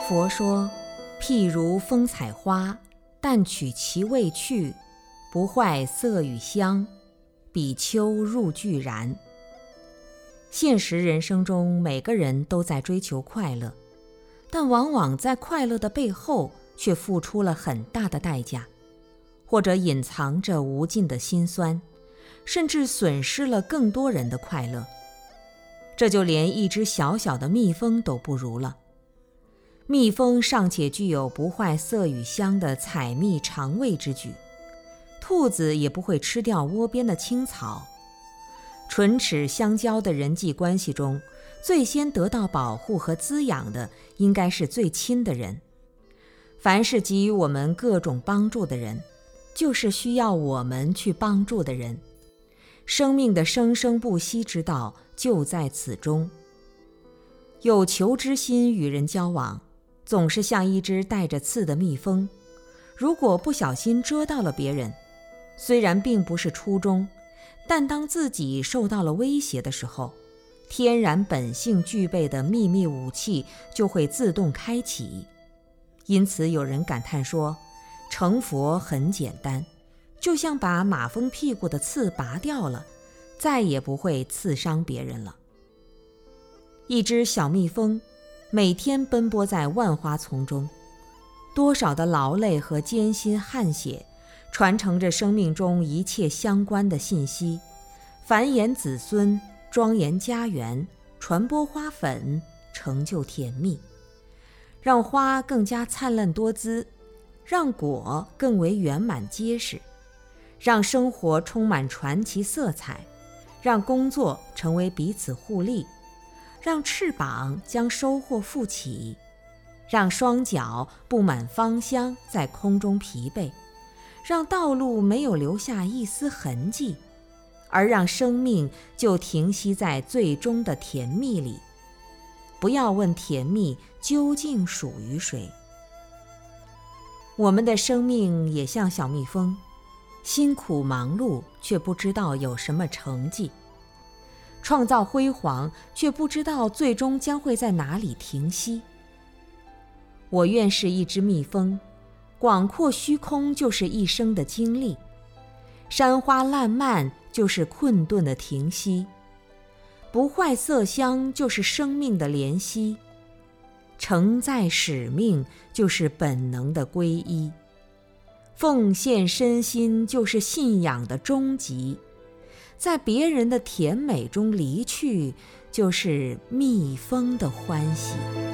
佛说，譬如风采花，但取其味去，不坏色与香，比丘入俱然。现实人生中，每个人都在追求快乐，但往往在快乐的背后却付出了很大的代价，或者隐藏着无尽的辛酸，甚至损失了更多人的快乐。这就连一只小小的蜜蜂都不如了。蜜蜂尚且具有不坏色与香的采蜜尝味之举，兔子也不会吃掉窝边的青草。唇齿相交的人际关系中，最先得到保护和滋养的应该是最亲的人。凡是给予我们各种帮助的人，就是需要我们去帮助的人。生命的生生不息之道就在此中。有求之心与人交往，总是像一只带着刺的蜜蜂，如果不小心蛰到了别人，虽然并不是初衷，但当自己受到了威胁的时候，天然本性具备的秘密武器就会自动开启。因此有人感叹说，成佛很简单，就像把马蜂屁股的刺拔掉了，再也不会刺伤别人了。一只小蜜蜂每天奔波在万花丛中，多少的劳累和艰辛汗血，传承着生命中一切相关的信息，繁衍子孙，庄严家园，传播花粉，成就甜蜜，让花更加灿烂多姿，让果更为圆满结实，让生活充满传奇色彩，让工作成为彼此互利，让翅膀将收获负起，让双脚布满芳香，在空中疲惫，让道路没有留下一丝痕迹，而让生命就停息在最终的甜蜜里。不要问甜蜜究竟属于谁。我们的生命也像小蜜蜂，辛苦忙碌，却不知道有什么成绩；创造辉煌，却不知道最终将会在哪里停息。我愿是一只蜜蜂，广阔虚空就是一生的经历，山花烂漫就是困顿的停息，不坏色香就是生命的怜惜，承载使命就是本能的皈依，奉献身心就是信仰的终极，在别人的甜美中离去，就是蜜蜂的欢喜。